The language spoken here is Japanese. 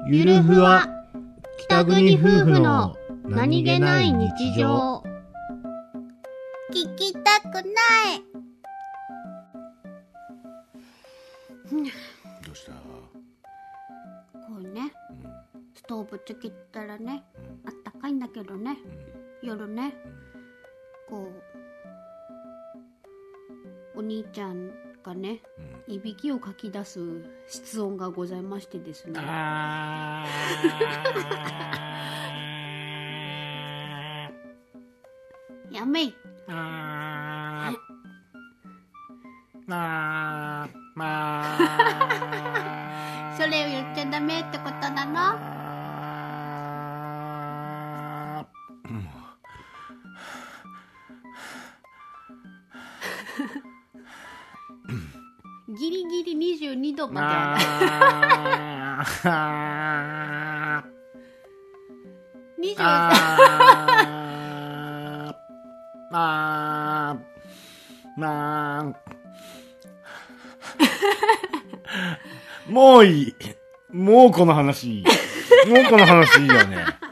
ゆるふわ北国夫婦の何気ない日常。 聞きたくない。 どうした？ こうね、ストーブつけたらね、あったかいんだけどね、夜ね、こうお兄ちゃんがね、いびきをかき出す室温がございましてですね。やめい。それを言っちゃダメってことなの？ギリギリ22度まで上がる。 もういい。もうこの話いいよね。